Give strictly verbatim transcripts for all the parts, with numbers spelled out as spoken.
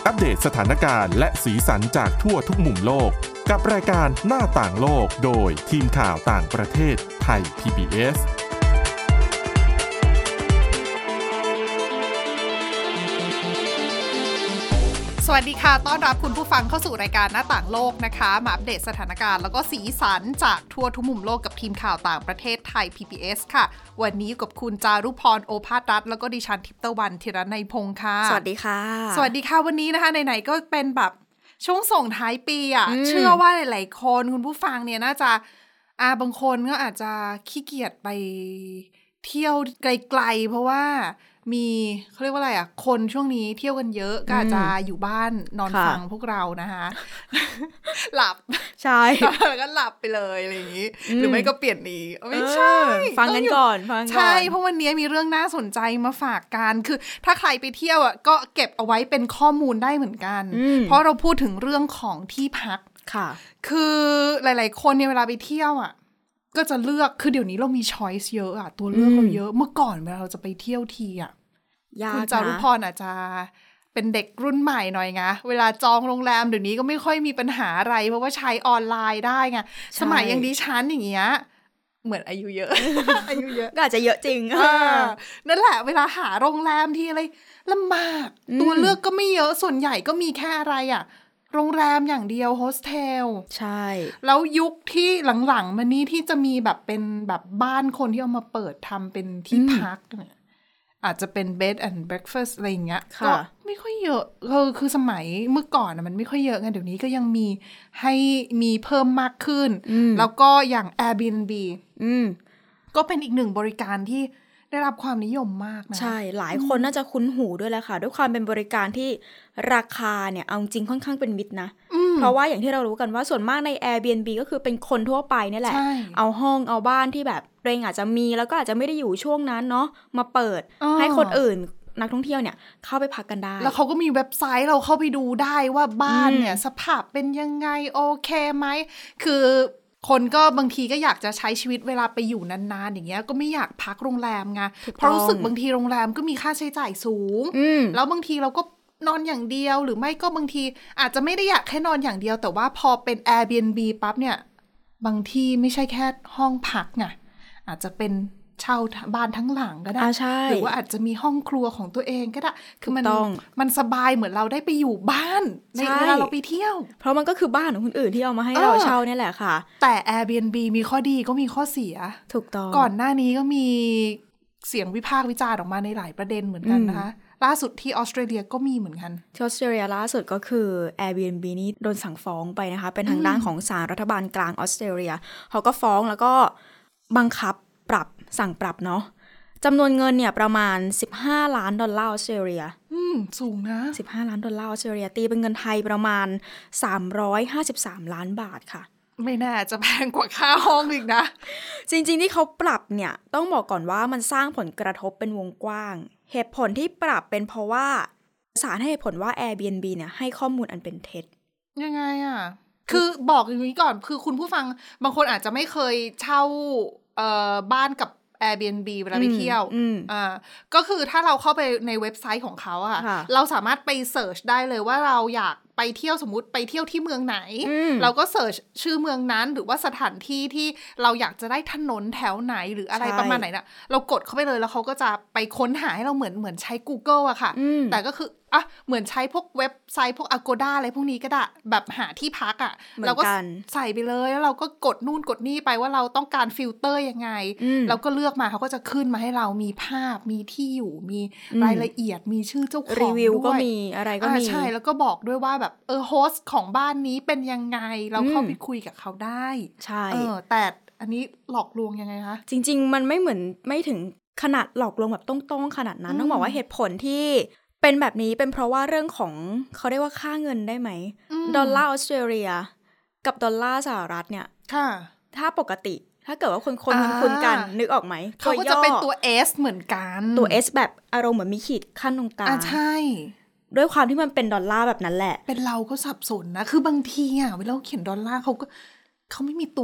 อัปเดตสถานการณ์และสีสันจากทั่วทุกมุมโลกกับรายการหน้าต่างโลกโดยทีมข่าวต่างประเทศไทย พี บี เอสสวัสดีค่ะต้อนรับคุณผู้ฟังเข้าสู่รายการหน้าต่างโลกนะคะมาอัปเดตสถานการณ์แล้วก็สีสันจากทั่วทุกมุมโลกกับทีมข่าวต่างประเทศไทย พี บี เอส ค่ะวันนี้กับคุณจารุพรโอภาสรัตน์แล้วก็ดิฉันทิพย์ตะวันธีรนัยพงค์ค่ะสวัสดีค่ะสวัสดีค่ะวันนี้นะคะไหนๆก็เป็นแบบช่วงส่งท้ายปีอ่ะเชื่อว่าหลายๆคนคุณผู้ฟังเนี่ยน่าจะอ่าบางคนก็อาจจะขี้เกียจไปเที่ยวไกลๆเพราะว่ามีเขาเรียกว่าอะไรอ่ะคนช่วงนี้เที่ยวกันเยอะก็อาจจะอยู่บ้านนอนฟังพวกเรานะคะหลับใช่แล้วก็หลับไปเลยอะไรอย่างนี้หรือไม่ก็เปลี่ยนนี้ไม่ใช่ฟังกันก่อนฟังก่อนใช่เพราะวันนี้มีเรื่องน่าสนใจมาฝากกันคือถ้าใครไปเที่ยวอ่ะก็เก็บเอาไว้เป็นข้อมูลได้เหมือนกันเพราะเราพูดถึงเรื่องของที่พักค่ะคือหลายๆคนเนี่ยเวลาไปเที่ยวอ่ะก็จะเลือกคือเดี๋ยวนี้เรามีช้อยส์เยอะอ่ะตัวเลือกเราเยอะเมื่อก่อนเวลาเราจะไปเที่ยวทีอ่ะคุณจารุพรอาจจะเป็นเด็กรุ่นใหม่หน่อยไงเวลาจองโรงแรมเดี๋ยวนี้ก็ไม่ค่อยมีปัญหาอะไรเพราะว่าใช้ออนไลน์ได้ไงสมัยยังดิฉันอย่างเงี้ยเหมือนอายุเยอะ อายุเยอะก็อาจจะเยอะจริงนั่นแหละเวลาหาโรงแรมที่อะไรลำบากตัวเลือกก็ไม่เยอะส่วนใหญ่ก็มีแค่อะไรอ่ะโรงแรมอย่างเดียวโฮสเทลใช่แล้วยุคที่หลังๆมานี้ที่จะมีแบบเป็นแบบบ้านคนที่เอามาเปิดทำเป็นที่พักเนี่ยอาจจะเป็น bed and breakfast อะไรอย่างเงี้ยก็ไม่ค่อยเยอะคือคือสมัยเมื่อก่อนนะมันไม่ค่อยเยอะไงเดี๋ยวนี้ก็ยังมีให้มีเพิ่มมากขึ้นแล้วก็อย่าง Airbnb อืมก็เป็นอีกหนึ่งบริการที่ได้รับความนิยมมากนะใช่หลายคนน่าจะคุ้นหูด้วยแหละค่ะด้วยความเป็นบริการที่ราคาเนี่ยเอาจริงค่อนข้างเป็นมิตรนะเพราะว่าอย่างที่เรารู้กันว่าส่วนมากใน Airbnb ก็คือเป็นคนทั่วไปนี่แหละเอาห้องเอาบ้านที่แบบตัวเองอาจจะมีแล้วก็อาจจะไม่ได้อยู่ช่วงนั้นเนาะมาเปิดให้คนอื่นนักท่องเที่ยวเนี่ยเข้าไปพักกันได้แล้วเขาก็มีเว็บไซต์เราเข้าไปดูได้ว่าบ้านเนี่ยสภาพเป็นยังไงโอเคไหมคือคนก็บางทีก็อยากจะใช้ชีวิตเวลาไปอยู่นานๆอย่างเงี้ยก็ไม่อยากพักโรงแรมไงเพราะรู้สึกบางทีโรงแรมก็มีค่าใช้จ่ายสูงแล้วบางทีเราก็นอนอย่างเดียวหรือไม่ก็บางทีอาจจะไม่ได้อยากแค่นอนอย่างเดียวแต่ว่าพอเป็น Airbnb ปั๊บเนี่ยบางทีไม่ใช่แค่ห้องพักไงอาจจะเป็นเช่าบ้านทั้งหลังก็ได้หรือว่าอาจจะมีห้องครัวของตัวเองก็ได้คือมันมันสบายเหมือนเราได้ไปอยู่บ้านในเวลาเราไปเที่ยวเพราะมันก็คือบ้านของคนอื่นที่เอามาให้เราเช่านี่แหละค่ะแต่ Airbnb มีข้อดีก็มีข้อเสียถูกต้องก่อนหน้านี้ก็มีเสียงวิพากษ์วิจารณ์ออกมาในหลายประเด็นเหมือนกันนะคะล่าสุดที่ออสเตรเลียก็มีเหมือนกันที่ออสเตรเลียล่าสุดก็คือ Airbnb นี่โดนสั่งฟ้องไปนะคะเป็นทางด้านของศาลรัฐบาลกลางออสเตรเลียเขาก็ฟ้องแล้วก็บังคับปรับสั่งปรับเนาะจำนวนเงินเนี่ยประมาณสิบห้าล้านดอลลาร์ออสเตรเลียอืมสูงนะสิบห้าล้านดอลลาร์ออสเตรเลียตีเป็นเงินไทยประมาณสามร้อยห้าสิบสามล้านบาทค่ะไม่น่าจะแพงกว่าค่าห้องอีกนะจริงๆที่เขาปรับเนี่ยต้องบอกก่อนว่ามันสร้างผลกระทบเป็นวงกว้างเหตุผลที่ปรับเป็นเพราะว่าศาลให้เหตุผลว่า Airbnb เนี่ยให้ข้อมูลอันเป็นเท็จยังไงอ่ะคือบอกอย่างนี้ก่อนคือคุณผู้ฟังบางคนอาจจะไม่เคยเช่าเอ่อบ้านกับ Airbnb เวลาไปเที่ยวอ่าก็คือถ้าเราเข้าไปในเว็บไซต์ของเขาอ่ะเราสามารถไปเสิร์ชได้เลยว่าเราอยากไปเที่ยวสมมุติไปเที่ยวที่เมืองไหนเราก็เสิร์ชชื่อเมืองนั้นหรือว่าสถานที่ที่เราอยากจะได้ถนนแถวไหนหรืออะไรประมาณไหนน่ะเรากดเข้าไปเลยแล้วเขาก็จะไปค้นหาให้เราเหมือนเหมือนใช้ Google อะค่ะแต่ก็คืออ่ะเหมือนใช้พวกเว็บไซต์พวก Agoda อะไรพวกนี้ก็ได้แบบหาที่พักอะเราก็ใส่ไปเลยแล้วเราก็กดนู่นกดนี่ไปว่าเราต้องการฟิลเตอร์ยังไงแล้วก็เลือกมาเขาก็จะขึ้นมาให้เรามีภาพมีที่อยู่มีรายละเอียดมีชื่อเจ้าของรีวิวก็มีอะไรก็มีใช่แล้วก็บอกด้วยว่าแบบเออโฮสต์ของบ้านนี้เป็นยังไงเราเข้าไปคุยกับเขาได้ใช่เออแต่อันนี้หลอกลวงยังไงคะจริงๆมันไม่เหมือนไม่ถึงขนาดหลอกลวงแบบตรงๆขนาดนั้นต้องบอกว่าเหตุผลที่เป็นแบบนี้เป็นเพราะว่าเรื่องของเขาเรียกว่าค่าเงินได้ไหมดอลลาร์ออสเตรเลียกับดอลลาร์สหรัฐเนี่ยค่ะถ้าปกติถ้าเกิดว่าคนคนคุ้นๆกันนึกออกไหมเขาก็จะเป็นตัว S เหมือนกันตัว S แบบอารมณ์เหมือนมีขีดขั้นตรงกลางอ่ะใช่ด้วยความที่มันเป็นดอลลาร์แบบนั้นแหละเป็นเราก็สับสนนะคือบางทีอ่ะเวลาเขียนดอลลาร์เขาก็เขาไม่มีตัว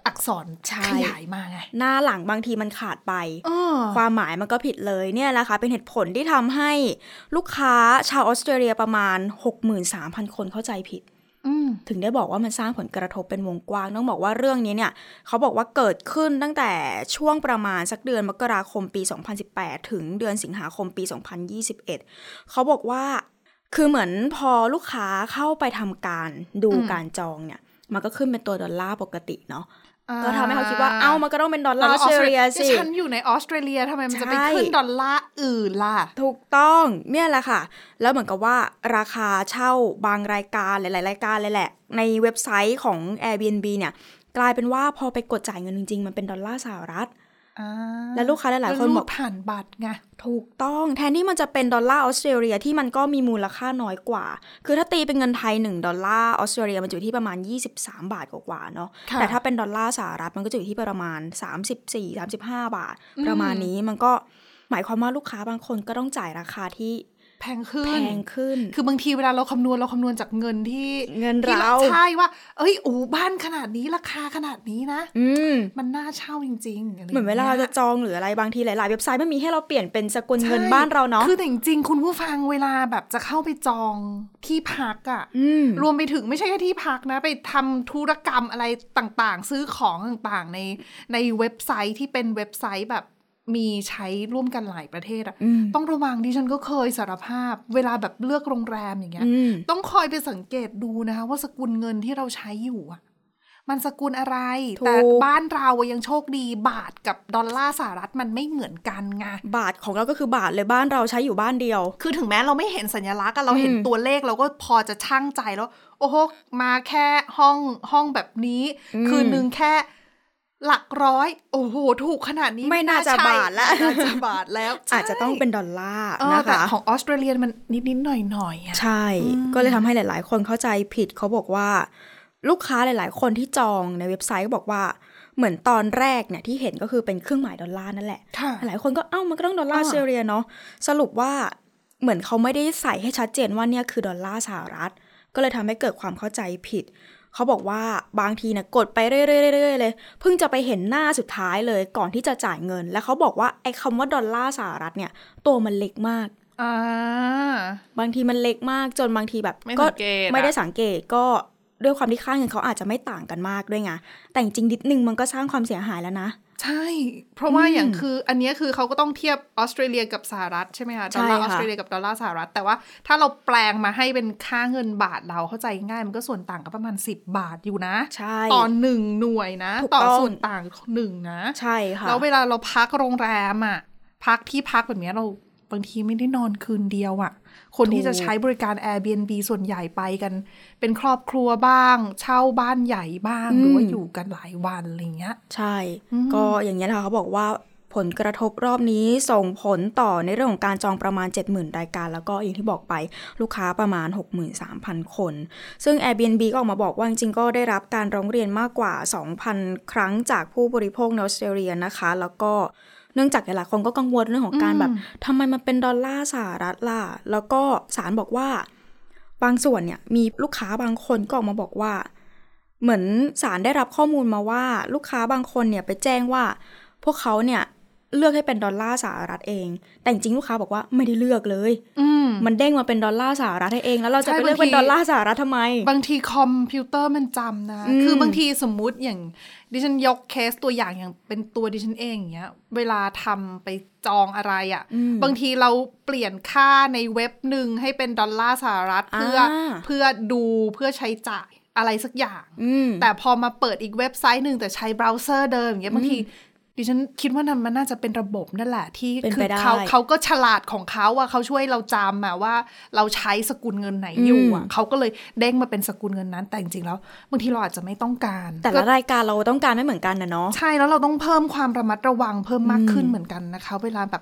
อักษรขยายมาไงหน้าหลังบางทีมันขาดไปความหมายมันก็ผิดเลยเนี่ยแหละค่ะเป็นเหตุผลที่ทำให้ลูกค้าชาวออสเตรเลียประมาณ หกหมื่นสามพัน คนเข้าใจผิดถึงได้บอกว่ามันสร้างผลกระทบเป็นวงกว้างต้องบอกว่าเรื่องนี้เนี่ยเขาบอกว่าเกิดขึ้นตั้งแต่ช่วงประมาณสักเดือนมกราคมปีสองพันสิบแปดถึงเดือนสิงหาคมปีสองพันยี่สิบเอ็ดเขาบอกว่าคือเหมือนพอลูกค้าเข้าไปทำการดูการจองเนี่ยมันก็ขึ้นเป็นตัวดอลลาร์ปกติเนาะก็ทำให้เขาคิดว่าเอ้ามันก็ต้องเป็นดอลลาร์ออสเตรเลียสิฉันอยู่ในออสเตรเลียทำไมมันจะไปขึ้นดอลลาร์อื่นล่ะถูกต้องเนี่ยแหละค่ะแล้วเหมือนกับว่าราคาเช่าบางรายการหลายๆรายการเลยแหละในเว็บไซต์ของ Airbnb เนี่ยกลายเป็นว่าพอไปกดจ่ายเงินจริงๆมันเป็นดอลลาร์สหรัฐแล้วลูกค้าหลายๆคนบอกผ่านบัตรไงถูกต้องแทนที่มันจะเป็นดอลลาร์ออสเตรเลียที่มันก็มีมูลค่าน้อยกว่าคือถ้าตีเป็นเงินไทยหนึ่งดอลลาร์ออสเตรเลียมันอยู่ที่ประมาณยี่สิบสามบาทกว่าๆเนาะแต่ถ้าเป็นดอลลาร์สหรัฐมันก็จะอยู่ที่ประมาณสามสิบสี่ สามสิบห้าบาทประมาณนี้มันก็หมายความว่าลูกค้าบางคนก็ต้องจ่ายราคาที่แพงขึ้นแพงขึ้นคือบางทีเวลาเราคำนวณเราคำนวณจากเงินที่เงินเราใช่ว่าเอ้ยโอ้บ้านขนาดนี้ราคาขนาดนี้นะอืมมันน่าเช่าจริงๆเหมือนเวลาเราจะจองหรืออะไรบางทีหลายๆเว็บไซต์มันมีให้เราเปลี่ยนเป็นสกุลเงินบ้านเราเนาะคือแต่จริงๆคุณผู้ฟังเวลาแบบจะเข้าไปจองที่พักอ่ะรวมไปถึงไม่ใช่แค่ที่พักนะไปทำธุรกรรมอะไรต่างๆซื้อของต่างๆในในเว็บไซต์ที่เป็นเว็บไซต์แบบมีใช้ร่วมกันหลายประเทศอ่ะต้องระวังดิฉันก็เคยสารภาพเวลาแบบเลือกโรงแรมอย่างเงี้ยต้องคอยไปสังเกตดูนะคะว่าสกุลเงินที่เราใช้อยู่อ่ะมันสกุลอะไรแต่บ้านเรายังโชคดีบาทกับดอลลาร์สหรัฐมันไม่เหมือนกันไงบาทของเราก็คือบาทเลยบ้านเราใช้อยู่บ้านเดียวคือถึงแม้เราไม่เห็นสัญลักษณ์เราเห็นตัวเลขเราก็พอจะชั่งใจแล้วโอ้โหมาแค่ห้องห้องแบบนี้คืนนึงแค่หลักร้อยโอ้โหถูกขนาดนี้ไม่น่าจะบาทแล้วน่าจะบาทแล้วอาจจะต้องเป็นดอลลาร์นะคะแต่ของออสเตรเลียมันนิดๆหน่อยๆอ่ะใช่ก็เลยทำให้หลายๆคนเข้าใจผิดเขาบอกว่าลูกค้าหลายๆคนที่จองในเว็บไซต์ก็บอกว่าเหมือนตอนแรกเนี่ยที่เห็นก็คือเป็นเครื่องหมายดอลลาร์นั่นแหละหลายคนก็เอ้ามันก็ต้องดอลลาร์ออสเตรเลียเนาะสรุปว่าเหมือนเขาไม่ได้ใส่ให้ชัดเจนว่าเนี่ยคือดอลลาร์สหรัฐก็เลยทำให้เกิดความเข้าใจผิดเขาบอกว่าบางทีเนี่ยกดไปเรื่อยๆเลยเพิ่งจะไปเห็นหน้าสุดท้ายเลยก่อนที่จะจ่ายเงินแล้วเขาบอกว่าไอ้คำว่าดอลลาร์สหรัฐเนี่ยตัวมันเล็กมากบางทีมันเล็กมากจนบางทีแบบก็ไม่ได้สังเกตก็ด้วยความที่ค่าเงินเขาอาจจะไม่ต่างกันมากด้วยไงแต่จริงๆนิดนึงมันก็สร้างความเสียหายแล้วนะใช่เพราะว่าอย่างคืออันนี้คือเขาก็ต้องเทียบออสเตรเลียกับสหรัฐใช่ไหมคะดอลลาร์ออสเตรเลียกับดอลลาร์สหรัฐแต่ว่าถ้าเราแปลงมาให้เป็นค่าเงินบาทเราเข้าใจง่ายมันก็ส่วนต่างกันประมาณสิบบาทอยู่นะต่อหนึ่งหน่วยนะต่อส่วนต่างหนึ่งนะใช่ค่ะแล้วเวลาเราพักโรงแรมอ่ะพักที่พักแบบนี้เราบางทีไม่ได้นอนคืนเดียวอ่ะคนที่จะใช้บริการ Airbnb ส่วนใหญ่ไปกันเป็นครอบครัวบ้างเช่าบ้านใหญ่บ้างหรือว่าอยู่กันหลายวันอะไรเงี้ยใช่ก็อย่างเงี้ยนะคะเขาบอกว่าผลกระทบรอบนี้ส่งผลต่อในเรื่องของการจองประมาณ เจ็ดหมื่น รายการแล้วก็อย่างที่บอกไปลูกค้าประมาณ หกหมื่นสามพัน คนซึ่ง Airbnb ก็ออกมาบอกว่าจริงๆก็ได้รับการร้องเรียนมากกว่า สองพัน ครั้งจากผู้บริโภคในออสเตรเลียนะคะแล้วก็เนื่องจากหลายคนก็กังวลเรื่องของการแบบทำไมมันเป็นดอลลาร์สหรัฐล่ะแล้วก็ศาลบอกว่าบางส่วนเนี่ยมีลูกค้าบางคนก็ออกมาบอกว่าเหมือนศาลได้รับข้อมูลมาว่าลูกค้าบางคนเนี่ยไปแจ้งว่าพวกเขาเนี่ยเลือกให้เป็นดอลลาร์สหรัฐเองแต่จริงๆลูกค้าบอกว่าไม่ได้เลือกเลยมมันเด้งมาเป็นดอลลาร์สหรัฐให้เองแล้วเราจะไปเลือกเป็นดอลลาร์สหรัฐทำไมบางทีคอมพิวเตอร์มันจำนะคือบางทีสมมุติอย่างดิฉันยกเคสตัวอย่างอย่างเป็นตัวดิฉันเองอย่างเงี้ยเวลาทำไปจองอะไรอ่ะบางทีเราเปลี่ยนค่าในเว็บหนึ่งให้เป็นดอลลาร์สหรัฐเพื่อเพื่อดูเพื่อใช้จ่ายอะไรสักอย่างแต่พอมาเปิดอีกเว็บไซต์หนึ่งแต่ใช้เบราว์เซอร์เดิมอย่างเงี้ยบางทีดิฉันคิดว่านั่นมันน่าจะเป็นระบบนั่นแหละที่คือเขาเขาก็ฉลาดของเขาว่าเขาช่วยเราจำอะว่าเราใช้สกุลเงินไหนอยู่อะเขาก็เลยเด้งมาเป็นสกุลเงินนั้นแต่จริงๆแล้วบางทีเราอาจจะไม่ต้องการแต่ละรายการเราต้องการไม่เหมือนกันนะเนาะใช่แล้วเราต้องเพิ่มความระมัดระวังเพิ่มมากขึ้นเหมือนกันนะคะเวลาแบบ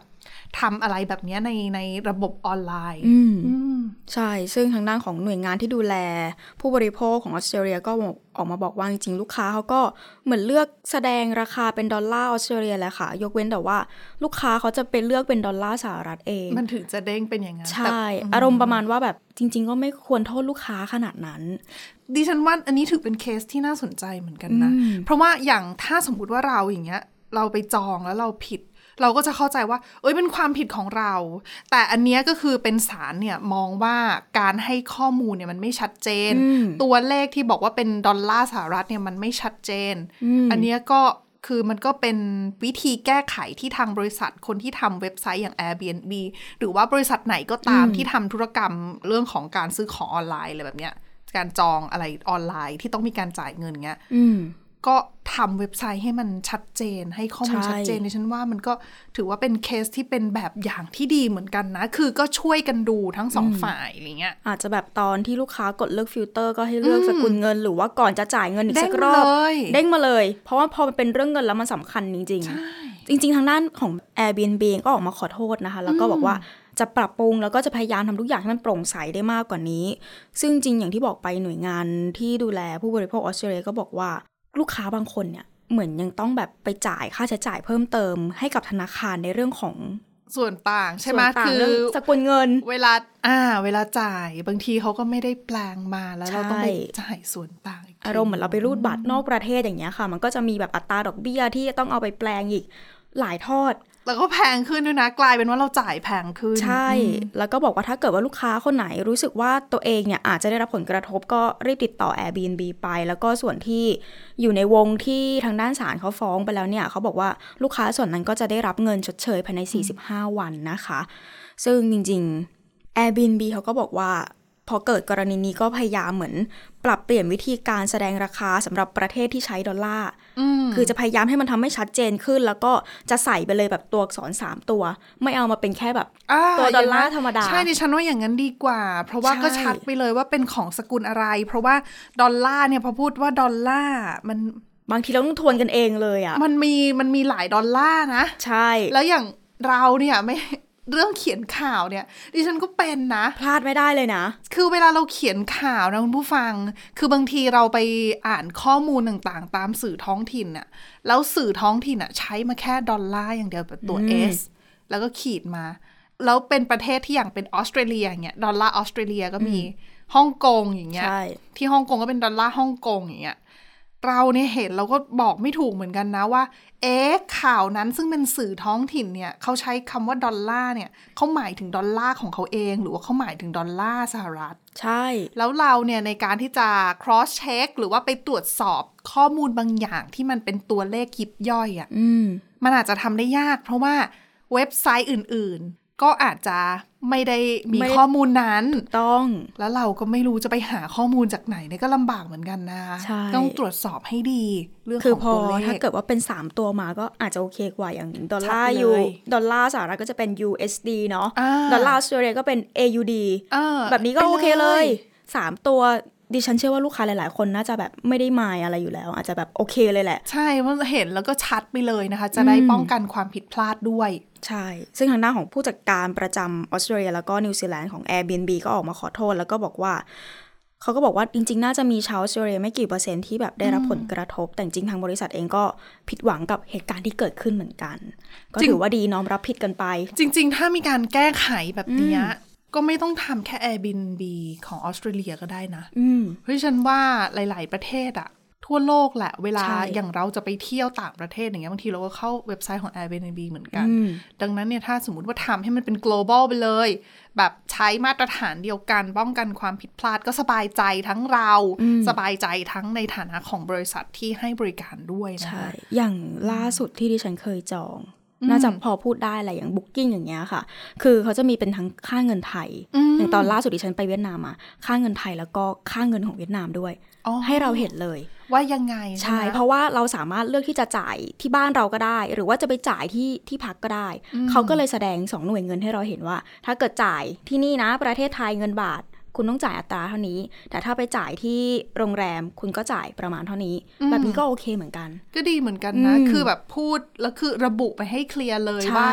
ทำอะไรแบบนี้ในในระบบออนไลน์ใช่ซึ่งทางด้านของหน่วยงานที่ดูแลผู้บริโภคของออสเตรเลียก็ออกมาบอกว่าจริงๆลูกค้าเขาก็เหมือนเลือกแสดงราคาเป็นดอลลาร์ออสเตรเลียแหละค่ะยกเว้นแต่ว่าลูกค้าเขาจะเป็นเลือกเป็นดอลลาร์สหรัฐเองมันถึงจะเด้งเป็นอย่างนั้นใช่อารมณ์ประมาณว่าแบบจริงๆก็ไม่ควรโทษลูกค้าขนาดนั้นดิฉันว่าอันนี้ถือเป็นเคสที่น่าสนใจเหมือนกันนะเพราะว่าอย่างถ้าสมมุติว่าเราอย่างเงี้ยเราไปจองแล้วเราผิดเราก็จะเข้าใจว่าเอ้ยเป็นความผิดของเราแต่อันเนี้ยก็คือเป็นศาลเนี่ยมองว่าการให้ข้อมูลเนี่ยมันไม่ชัดเจนตัวเลขที่บอกว่าเป็นดอลลาร์สหรัฐเนี่ยมันไม่ชัดเจน อ, อันเนี้ยก็คือมันก็เป็นวิธีแก้ไขที่ทางบริษัทคนที่ทำเว็บไซต์อย่าง Airbnb หรือว่าบริษัทไหนก็ตามที่ทำธุรกรรมเรื่องของการซื้อของออนไลน์อะไรแบบเนี้ยการจองอะไรออนไลน์ที่ต้องมีการจ่ายเงินเงี้ยก็ทำเว็บไซต์ให้มันชัดเจนให้ข้อมูลชัดเจนในฉันว่ามันก็ถือว่าเป็นเคสที่เป็นแบบอย่างที่ดีเหมือนกันนะคือก็ช่วยกันดูทั้งสองฝ่ายอะไรเงี้ยอาจจะแบบตอนที่ลูกค้ากดเลือกฟิลเตอร์ก็ให้เลือกสกุลเงินหรือว่าก่อนจะจ่ายเงินอีกสักรอบเด้งมาเลยเพราะว่าพอมันเป็นเรื่องเงินแล้วมันสำคัญจริงๆจริงๆทางด้านของ Airbnb ก็ออกมาขอโทษนะคะแล้วก็บอกว่าจะปรับปรุงแล้วก็จะพยายามทำทุกอย่างให้มันโปร่งใสได้มากกว่านี้ซึ่งจริงอย่างที่บอกไปหน่วยงานที่ดูแลผู้บริโภคออสเตรเลียก็บอกว่าลูกค้าบางคนเนี่ยเหมือนยังต้องแบบไปจ่ายค่าใช้จ่ายเพิ่มเติมให้กับธนาคารในเรื่องของส่วนต่างใช่ไหมคือสกุลเงินเวลาอ่าเวลาจ่ายบางทีเขาก็ไม่ได้แปลงมาแล้วเราต้องไปจ่ายส่วนต่างอารมณ์เหมือนเราไปรูดบัตรนอกประเทศอย่างเงี้ยค่ะมันก็จะมีแบบอัตราดอกเบี้ยที่ต้องเอาไปแปลงอีกหลายทอดแล้วก็แพงขึ้นด้วยนะกลายเป็นว่าเราจ่ายแพงขึ้นใช่แล้วก็บอกว่าถ้าเกิดว่าลูกค้าคนไหนรู้สึกว่าตัวเองเนี่ยอาจจะได้รับผลกระทบก็รีบติดต่อ Airbnb ไปแล้วก็ส่วนที่อยู่ในวงที่ทางด้านศาลเขาฟ้องไปแล้วเนี่ยเขาบอกว่าลูกค้าส่วนนั้นก็จะได้รับเงินชดเชยภายในสี่สิบห้าวันนะคะซึ่งจริงๆ Airbnb เขาก็บอกว่าพอเกิดกรณีนี้ก็พยายามเหมือนปรับเปลี่ยนวิธีการแสดงราคาสำหรับประเทศที่ใช้ดอลลาร์คือจะพยายามให้มันทำให้ชัดเจนขึ้นแล้วก็จะใส่ไปเลยแบบตัวอักษรสามตัวไม่เอามาเป็นแค่แบบตัวดอลลาร์ธรรมดาใช่ดิฉันว่าอย่างนั้นดีกว่าเพราะว่าก็ชัดไปเลยว่าเป็นของสกุลอะไรเพราะว่าดอลลาร์เนี่ยพอพูดว่าดอลลาร์มันบางทีเราต้องทวนกันเองเลยอ่ะมันมีมันมีหลายดอลลาร์นะใช่แล้วอย่างเราเนี่ยไม่เรื่องเขียนข่าวเนี่ยดิฉันก็เป็นนะพลาดไม่ได้เลยนะคือเวลาเราเขียนข่าวนะคุณผู้ฟังคือบางทีเราไปอ่านข้อมูลต่างๆตามสื่อท้องถิ่นน่ะแล้วสื่อท้องถิ่นน่ะใช้มาแค่ดอลลาร์อย่างเดียวแบบตัว S แล้วก็ขีดมาแล้วเป็นประเทศที่อย่างเป็นออสเตรเลียอย่างเงี้ยดอลลาร์ออสเตรเลียก็มีฮ่องกงอย่างเงี้ยที่ฮ่องกงก็เป็นดอลลาร์ฮ่องกงอย่างเงี้ยเราเนี่ยเห็นเราก็บอกไม่ถูกเหมือนกันนะว่าเอ๊ะข่าวนั้นซึ่งเป็นสื่อท้องถิ่นเนี่ยเขาใช้คำว่าดอลลาร์เนี่ยเขาหมายถึงดอลลาร์ของเขาเองหรือว่าเขาหมายถึงดอลลาร์สหรัฐใช่แล้วเราเนี่ยในการที่จะ cross check หรือว่าไปตรวจสอบข้อมูลบางอย่างที่มันเป็นตัวเลขยิบย่อยอ่ะมันอาจจะทำได้ยากเพราะว่าเว็บไซต์อื่นๆก็อาจจะไม่ได้มีข้อมูลนั้นถูกต้องแล้วเราก็ไม่รู้จะไปหาข้อมูลจากไหนเนี่ยก็ลำบากเหมือนกันนะต้องตรวจสอบให้ดีเรื่องของตัวเลขคือพอถ้าเกิดว่าเป็นสามตัวมาก็อาจจะโอเคกว่าอย่างดอลลาร์ยูดอลลาร์สหรัฐก็จะเป็น ยู เอส ดี เนาะดอลลาร์ออสเตรเลียก็เป็น เอ ยู ดี แบบนี้ก็โอเคเลยสามตัวดิฉันเชื่อว่าลูกค้าหลายๆคนน่าจะแบบไม่ได้มายอะไรอยู่แล้วอาจจะแบบโอเคเลยแหละใช่เพราะเห็นแล้วก็ชัดไปเลยนะคะจะได้ป้องกันความผิดพลาดด้วยใช่ซึ่งทางด้านของผู้จัดการประจำออสเตรเลียแล้วก็นิวซีแลนด์ของ Airbnb ก็ออกมาขอโทษแล้วก็บอกว่าเขาก็บอกว่าจริงๆน่าจะมีชาวออสเตรเลียไม่กี่เปอร์เซ็นต์ที่แบบได้รับผลกระทบแต่จริงทางบริษัทเองก็ผิดหวังกับเหตุการณ์ที่เกิดขึ้นเหมือนกันก็ถือว่าดีน้อมรับผิดกันไปจริงๆถ้ามีการแก้ไขแบบนี้ก็ไม่ต้องทำแค่ Airbnb ของออสเตรเลียก็ได้นะเพราะฉันว่าหลายๆประเทศอะทั่วโลกแหละเวลาอย่างเราจะไปเที่ยวต่างประเทศอย่างเงี้ยบางทีเราก็เข้าเว็บไซต์ของ Airbnb เหมือนกันดังนั้นเนี่ยถ้าสมมุติว่าทำให้มันเป็น global ไปเลยแบบใช้มาตรฐานเดียวกันป้องกันความผิดพลาดก็สบายใจทั้งเราสบายใจทั้งในฐานะของบริษัทที่ให้บริการด้วยนะใช่อย่างล่าสุดที่ดิฉันเคยจองน่าจะพอพูดได้อะไรอย่าง Booking อย่างเงี้ยค่ะคือเขาจะมีเป็นทั้งค่าเงินไทยอย่างตอนล่าสุดที่ฉันไปเวียดนามมาค่าเงินไทยแล้วก็ค่าเงินของเวียดนามด้วยให้เราเห็นเลยว่ายังไงใช่เพราะว่าเราสามารถเลือกที่จะจ่ายที่บ้านเราก็ได้หรือว่าจะไปจ่ายที่ที่พักก็ได้เขาก็เลยแสดงสองหน่วยเงินให้เราเห็นว่าถ้าเกิดจ่ายที่นี่นะประเทศไทยเงินบาทคุณต้องจ่ายอัตราเท่านี้แต่ถ้าไปจ่ายที่โรงแรมคุณก็จ่ายประมาณเท่านี้แบบนี้ก็โอเคเหมือนกันก็ดีเหมือนกันนะคือแบบพูดแล้วคือระบุไปให้เคลียร์เลยว่า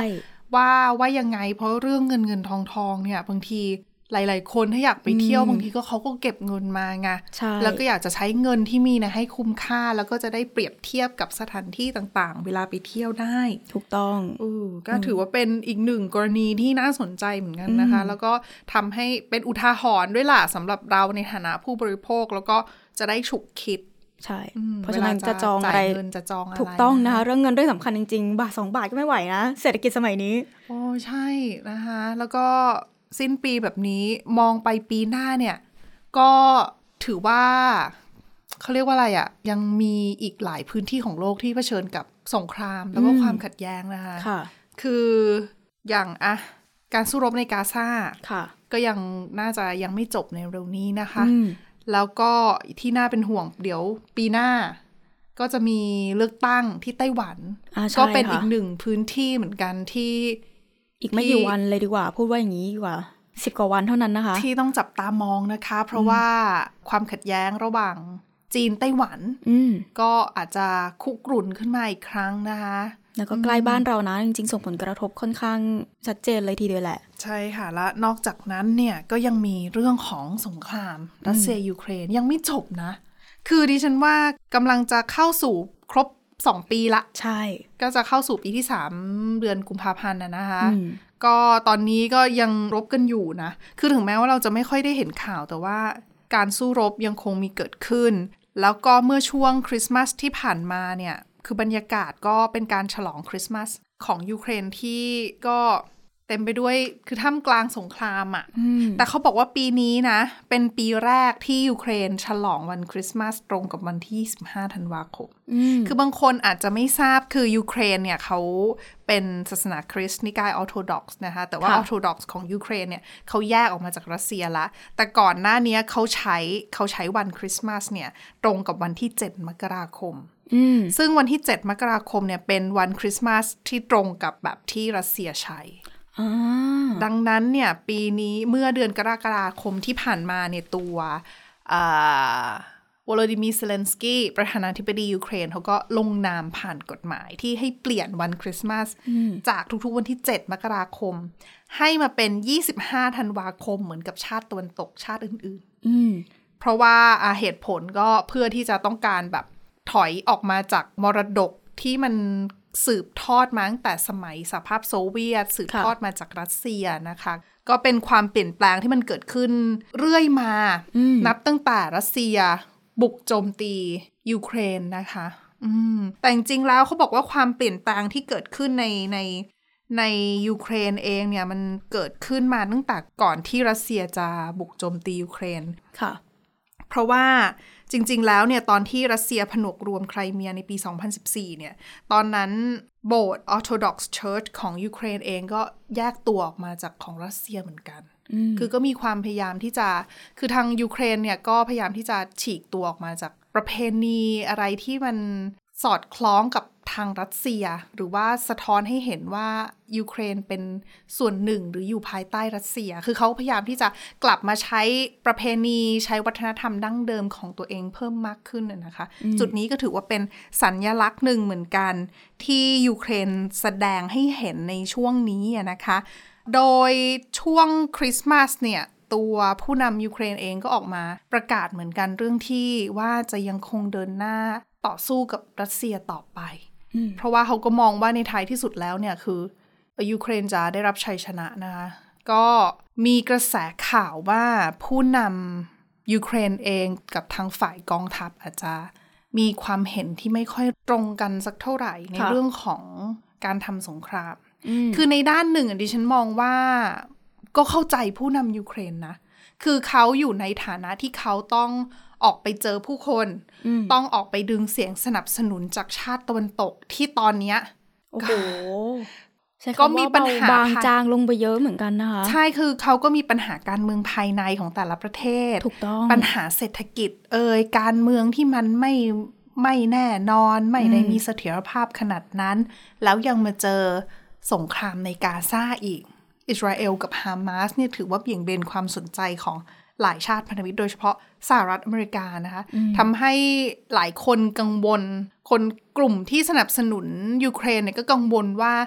ว่าว่ายังไงเพราะเรื่องเงินเงินทองทองเนี่ยบางทีหลายๆคนถ้าอยากไปเที่ยวบางทีก็เขาก็เก็บเงินมาไงแล้วก็อยากจะใช้เงินที่มีนะให้คุ้มค่าแล้วก็จะได้เปรียบเทียบกับสถานที่ต่างๆเวลาไปเที่ยวได้ถูกต้องออก็ถือว่าเป็นอีกหนึ่งกรณีที่น่าสนใจเหมือนกันนะคะแล้วก็ทำให้เป็นอุทาหรณ์ด้วยล่ะสำหรับเราในฐานะผู้บริโภคแล้วก็จะได้ฉุกคิดใช่เพราะฉะนั้นจะจองอะไรจะจองอะไรถูกต้องนะคะเรื่องเงินด้วยสำคัญจริงๆบาทสองบาทก็ไม่ไหวนะเศรษฐกิจสมัยนี้โอ้ใช่นะคะแล้วก็สิ้นปีแบบนี้มองไปปีหน้าเนี่ยก็ถือว่าเขาเรียกว่าอะไรอ่ะยังมีอีกหลายพื้นที่ของโลกที่เผชิญกับสงครามแล้วก็ความขัดแย้งนะคะค่ะคืออย่างอะการสู้รบในกาซาค่ะก็ยังน่าจะยังไม่จบในเร็วนี้นะคะแล้วก็ที่น่าเป็นห่วงเดี๋ยวปีหน้าก็จะมีเลือกตั้งที่ไต้หวันก็เป็นอีกหนึ่งพื้นที่เหมือนกันที่อีกไม่กี่วันเลยดีกว่าพูดว่าอย่างนี้ดีกว่าสิบกว่าวันเท่านั้นนะคะที่ต้องจับตามองนะคะเพราะว่าความขัดแย้งระหว่างจีนไต้หวันก็อาจจะคุกรุ่นขึ้นมาอีกครั้งนะคะแล้วก็ใกล้บ้านเรานะจริงๆส่งผลกระทบค่อนข้างชัดเจนเลยทีเดียวแหละใช่ค่ะและนอกจากนั้นเนี่ยก็ยังมีเรื่องของสงครามรัสเซียยูเครนยังไม่จบนะคือดิฉันว่ากำลังจะเข้าสู่ครบสองปีละใช่ก็จะเข้าสู่ปีที่สามเดือนกุมภาพันธ์นะนะคะก็ตอนนี้ก็ยังรบกันอยู่นะคือถึงแม้ว่าเราจะไม่ค่อยได้เห็นข่าวแต่ว่าการสู้รบยังคงมีเกิดขึ้นแล้วก็เมื่อช่วงคริสต์มาสที่ผ่านมาเนี่ยคือบรรยากาศก็เป็นการฉลองคริสต์มาสของยูเครนที่ก็เต็มไปด้วยคือท่ามกลางสงครามอ่ะแต่เขาบอกว่าปีนี้นะเป็นปีแรกที่ยูเครนฉลองวันคริสต์มาสตรงกับวันที่ยี่สิบห้าธันวาคมคือบางคนอาจจะไม่ทราบคือยูเครนเนี่ยเขาเป็นศาสนาคริสต์นิกายออร์โธดอกซ์นะคะแต่ว่าออร์โธดอกซ์ของยูเครนเนี่ยเขาแยกออกมาจากรัสเซียละแต่ก่อนหน้านี้เขาใช้เขาใช้วันคริสต์มาสเนี่ยตรงกับวันที่เจ็ดมกราคมซึ่งวันที่เจ็ดมกราคมเนี่ยเป็นวันคริสต์มาสที่ตรงกับแบบที่รัสเซียใช้ดังนั้นเนี่ยปีนี้เมื่อเดือนกรกฎาคมที่ผ่านมาเนี่ยตัววโลดิมีร์ เซเลนสกี้ประธานาธิบดียูเครนเขาก็ลงนามผ่านกฎหมายที่ให้เปลี่ยนวันคริสต์มาสจากทุกๆวันที่เจ็ดมกราคมให้มาเป็นยี่สิบห้าธันวาคมเหมือนกับชาติตะวันตกชาติอื่นๆเพราะว่าเหตุผลก็เพื่อที่จะต้องการแบบถอยออกมาจากมรดกที่มันสืบทอดมาตั้งแต่สมัยสหภาพโซเวียตสืบทอดมาจากรัสเซียนะคะก็เป็นความเปลี่ยนแปลงที่มันเกิดขึ้นเรื่อยมานับตั้งแต่รัสเซียบุกโจมตียูเครนนะคะแต่จริงๆแล้วเขาบอกว่าความเปลี่ยนแปลงที่เกิดขึ้นในในในยูเครนเองเนี่ยมันเกิดขึ้นมาตั้งแต่ก่อนที่รัสเซียจะบุกโจมตียูเครนค่ะเพราะว่าจริงๆแล้วเนี่ยตอนที่รัสเซียผนวกรวมไครเมียในปีสองพันสิบสี่เนี่ยตอนนั้นโบสถ์ Orthodox Church ของยูเครนเองก็แยกตัวออกมาจากของรัสเซียเหมือนกันคือก็มีความพยายามที่จะคือทางยูเครนเนี่ยก็พยายามที่จะฉีกตัวออกมาจากประเพณีอะไรที่มันสอดคล้องกับทางรัสเซียหรือว่าสะท้อนให้เห็นว่ายูเครนเป็นส่วนหนึ่งหรืออยู่ภายใต้รัสเซียคือเขาพยายามที่จะกลับมาใช้ประเพณีใช้วัฒนธรรมดั้งเดิมของตัวเองเพิ่มมากขึ้นนะคะจุดนี้ก็ถือว่าเป็นสัญลักษณ์หนึ่งเหมือนกันที่ยูเครนแสดงให้เห็นในช่วงนี้นะคะโดยช่วงคริสต์มาสเนี่ยตัวผู้นำยูเครนเองก็ออกมาประกาศเหมือนกันเรื่องที่ว่าจะยังคงเดินหน้าต่อสู้กับรัสเซียต่อไปเพราะว่าเขาก็มองว่าในท้ายที่สุดแล้วเนี่ยคือยูเครนจะได้รับชัยชนะนะคะก็มีกระแสข่าวว่าผู้นำยูเครนเองกับทางฝ่ายกองทัพอาจจะมีความเห็นที่ไม่ค่อยตรงกันสักเท่าไหร่ในเรื่องของการทำสงครามคือในด้านหนึ่งดิฉันมองว่าก็เข้าใจผู้นำยูเครนนะคือเขาอยู่ในฐานะที่เขาต้องออกไปเจอผู้คนต้องออกไปดึงเสียงสนับสนุนจากชาติตะวันตกที่ตอนเนี้ยโอ้โหก็มีปัญหาบางจางลงไปเยอะเหมือนกันนะคะใช่คือเขาก็มีปัญหาการเมืองภายในของแต่ละประเทศถูกต้องปัญหาเศรษฐกิจเอ่ยการเมืองที่มันไม่ไม่แน่นอนไม่ได้มีเสถียรภาพขนาดนั้นแล้วยังมาเจอสงครามในกาซาอีกอิสราเอลกับฮามาสเนี่ยถือว่าเบี่ยงเบนความสนใจของหลายชาติพันธมิตรโดยเฉพาะสหรัฐอเมริกานะคะทำให้หลายคนกังวลคนกลุ่มที่สนับสนุนยูเครนเนี่ยก็กังวลว่า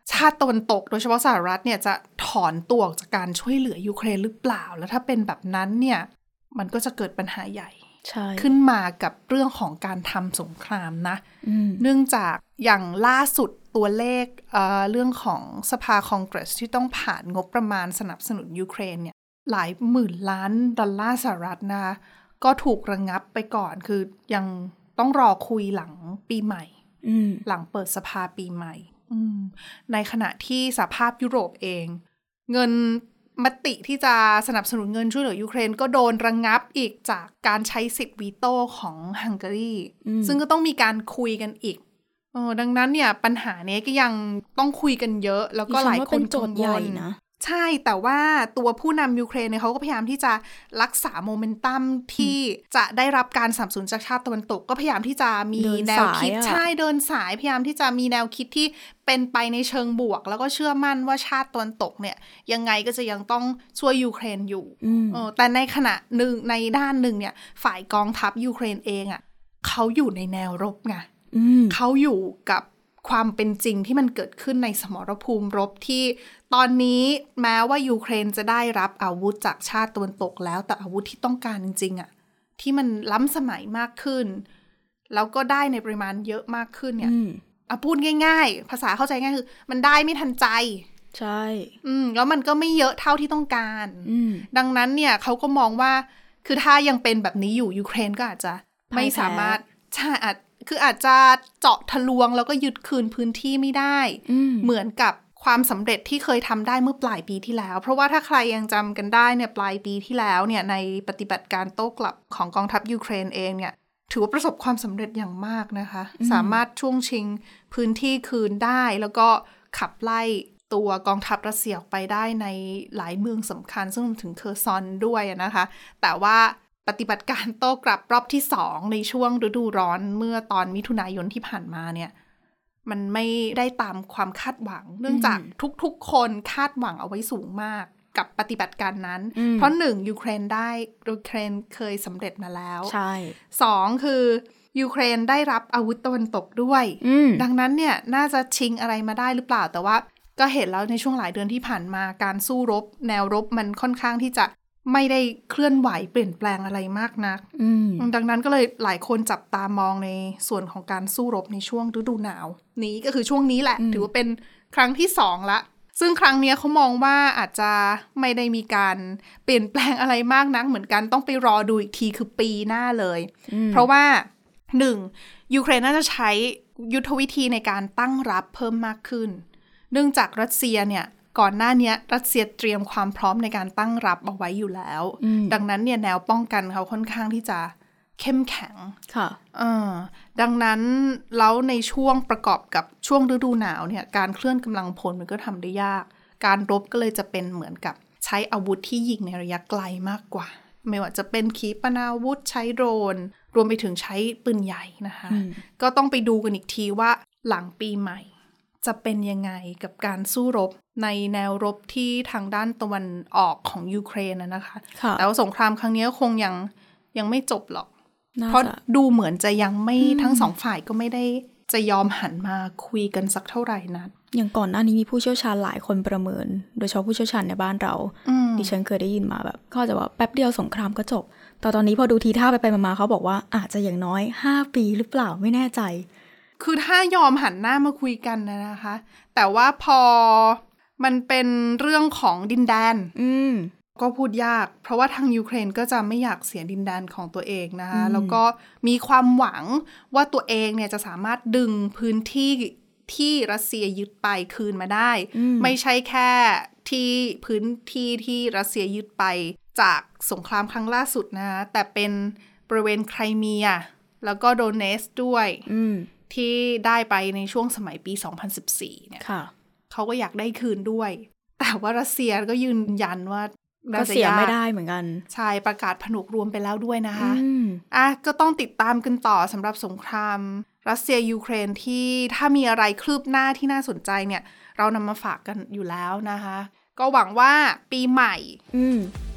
ชาติตะวันตกโดยเฉพาะสหรัฐเนี่ยจะถอนตัวออกจากการช่วยเหลือยูเครนหรือเปล่าแล้วถ้าเป็นแบบนั้นเนี่ยมันก็จะเกิดปัญหาใหญ่ขึ้นมากับเรื่องของการทำสงครามนะเนื่องจากอย่างล่าสุดตัวเลข เอ่อ เรื่องของสภาคองเกรสที่ต้องผ่านงบประมาณสนับสนุนยูเครนเนี่ยหลายหมื่นล้านดอลลาร์สหรัฐนะคะก็ถูกระงับไปก่อนคือยังต้องรอคุยหลังปีใหม่หลังเปิดสภาปีใหม่ในขณะที่สหภาพยุโรปเองเงินมติที่จะสนับสนุนเงินช่วยเหลือยูเครนก็โดนระงงับอีกจากการใช้สิทธิ์วีโต้ของฮังการีซึ่งก็ต้องมีการคุยกันอีกเออดังนั้นเนี่ยปัญหานี้ก็ยังต้องคุยกันเยอะแล้วก็หลายคนกังวลนะใช่แต่ว่าตัวผู้นำยูเครนเนี่ยเขาก็พยายามที่จะรักษาโมเมนตัมที่จะได้รับการสนับสนุนจากชาติตะวันตกก็พยายามที่จะมีแนวคิดใช่เดินสายพยายามที่จะมีแนวคิดที่เป็นไปในเชิงบวกแล้วก็เชื่อมั่นว่าชาติตะวันตกเนี่ยยังไงก็จะยังต้องช่วยยูเครนอยู่แต่ในขณะหนึ่งในด้านหนึ่งเนี่ยฝ่ายกองทัพยูเครนเองอ่ะเขาอยู่ในแนวรบไงเขาอยู่กับความเป็นจริงที่มันเกิดขึ้นในสมรภูมิรบที่ตอนนี้แม้ว่ายูเครนจะได้รับอาวุธจากชาติตะวันตกแล้วแต่อาวุธที่ต้องการจริงๆอ่ะที่มันล้ำสมัยมากขึ้นแล้วก็ได้ในปริมาณเยอะมากขึ้นเนี่ยอ่ะพูดง่ายๆภาษาเข้าใจง่ายคือมันได้ไม่ทันใจใช่อืมแล้วมันก็ไม่เยอะเท่าที่ต้องการดังนั้นเนี่ยเขาก็มองว่าคือถ้ายังเป็นแบบนี้อยู่ยูเครนก็อาจจะไม่สามารถใช่อาจคืออาจจะเจาะทะลวงแล้วก็ยึดคืนพื้นที่ไม่ได้เหมือนกับความสำเร็จที่เคยทำได้เมื่อปลายปีที่แล้วเพราะว่าถ้าใครยังจำกันได้เนี่ยปลายปีที่แล้วเนี่ยในปฏิบัติการโต้กลับของกองทัพยูเครนเองเนี่ยถือว่าประสบความสำเร็จอย่างมากนะคะสามารถช่วงชิงพื้นที่คืนได้แล้วก็ขับไล่ตัวกองทัพรัสเซียออกไปได้ในหลายเมืองสำคัญซึ่งรวมถึงเคอร์ซอนด้วยนะคะแต่ว่าปฏิบัติการโต้กลับรอบที่สองในช่วงฤดูร้อนเมื่อตอนมิถุนายนที่ผ่านมาเนี่ยมันไม่ได้ตามความคาดหวังเนื่องจากทุกๆคนคาดหวังเอาไว้สูงมากกับปฏิบัติการนั้นเพราะหนึ่งยูเครนได้ยูเครนเคยสำเร็จมาแล้วใช่สองคือยูเครนได้รับอาวุธตะวันตกด้วยดังนั้นเนี่ยน่าจะชิงอะไรมาได้หรือเปล่าแต่ว่าก็เห็นแล้วในช่วงหลายเดือนที่ผ่านมาการสู้รบแนวรบมันค่อนข้างที่จะไม่ได้เคลื่อนไหวเปลี่ยนแปลงอะไรมากนักดังนั้นก็เลยหลายคนจับตามองในส่วนของการสู้รบในช่วงฤดูหนาวนี้ก็คือช่วงนี้แหละถือว่าเป็นครั้งที่สองละซึ่งครั้งนี้เขามองว่าอาจจะไม่ได้มีการเปลี่ยนแปลงอะไรมากนักเหมือนกันต้องไปรอดูอีกทีคือปีหน้าเลยเพราะว่าหนึ่งยูเครนน่าจะใช้ยุทธวิธีในการตั้งรับเพิ่มมากขึ้นเนื่องจากรัสเซียเนี่ยก่อนหน้านี้รัสเซียเตรียมความพร้อมในการตั้งรับเอาไว้อยู่แล้วดังนั้นเนี่ยแนวป้องกันเขาค่อนข้างที่จะเข้มแข็งค่ะเออดังนั้นแล้วในช่วงประกอบกับช่วงฤดูหนาวเนี่ยการเคลื่อนกำลังพลมันก็ทำได้ยากการรบก็เลยจะเป็นเหมือนกับใช้อาวุธที่ยิงในระยะไกลมากกว่าไม่ว่าจะเป็นขีปนาวุธใช้โดรนรวมไปถึงใช้ปืนใหญ่นะคะก็ต้องไปดูกันอีกทีว่าหลังปีใหม่จะเป็นยังไงกับการสู้รบในแนวรบที่ทางด้านตะวันออกของยูเครนนะนะคะแต่ว่าสงครามครั้งนี้คงยังยังไม่จบหรอกเพราะดูเหมือนจะยังไม่ทั้งสองฝ่ายก็ไม่ได้จะยอมหันมาคุยกันสักเท่าไหร่นักอย่างก่อนหน้านี้มีผู้เชี่ยวชาญหลายคนประเมินโดยเฉพาะผู้เชี่ยวชาญในบ้านเราดิฉันเคยได้ยินมาแบบเขาจะว่าแป๊บเดียวสงครามก็จบแต่ตอนนี้พอดูทีท่าไปไปมาๆเขาบอกว่าอาจจะอย่างน้อยห้าปีหรือเปล่าไม่แน่ใจคือถ้ายอมหันหน้ามาคุยกันนะคะแต่ว่าพอมันเป็นเรื่องของดินแดนก็พูดยากเพราะว่าทางยูเครนก็จะไม่อยากเสียดินแดนของตัวเองนะคะแล้วก็มีความหวังว่าตัวเองเนี่ยจะสามารถดึงพื้นที่ที่รัสเซียยึดไปคืนมาได้ไม่ใช่แค่ที่พื้นที่ที่รัสเซียยึดไปจากสงครามครั้งล่าสุดนะคะแต่เป็นบริเวณไครเมียแล้วก็โดเนสด้วยที่ได้ไปในช่วงสมัยปีสองพันสิบสี่เนี่ยเขาก็อยากได้คืนด้วยแต่ว่ารัสเซียก็ยืนยันว่าก็เสียไม่ได้เหมือนกันใช่ประกาศผนวกรวมไปแล้วด้วยนะคะอ่ะก็ต้องติดตามกันต่อสำหรับสงครามรัสเซียยูเครนที่ถ้ามีอะไรคืบหน้าที่น่าสนใจเนี่ยเรานำมาฝากกันอยู่แล้วนะคะก็หวังว่าปีใหม่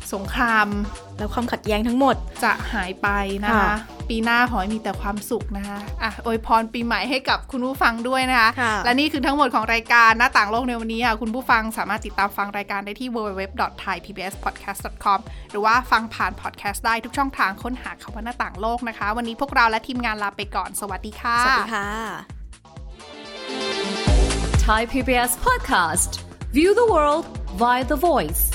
สงครามแล้วความขัดแย้งทั้งหมดจะหายไปนะคะปีหน้าขอให้มีแต่ความสุขนะคะอ่ะอวยพรปีใหม่ให้กับคุณผู้ฟังด้วยนะคะและนี่คือทั้งหมดของรายการหน้าต่างโลกในวันนี้ค่ะคุณผู้ฟังสามารถติดตามฟังรายการได้ที่ ดับเบิลยู ดับเบิลยู ดับเบิลยู ดอท ไทย พี บี เอส พอดแคสต์ ดอท คอม หรือว่าฟังผ่านพอดแคสต์ได้ทุกช่องทางค้นหาคำว่าหน้าต่างโลกนะคะวันนี้พวกเราและทีมงานลาไปก่อนสวัสดีค่ะสวัสดีค่ะ Thai พี บี เอส Podcast View the world via the voice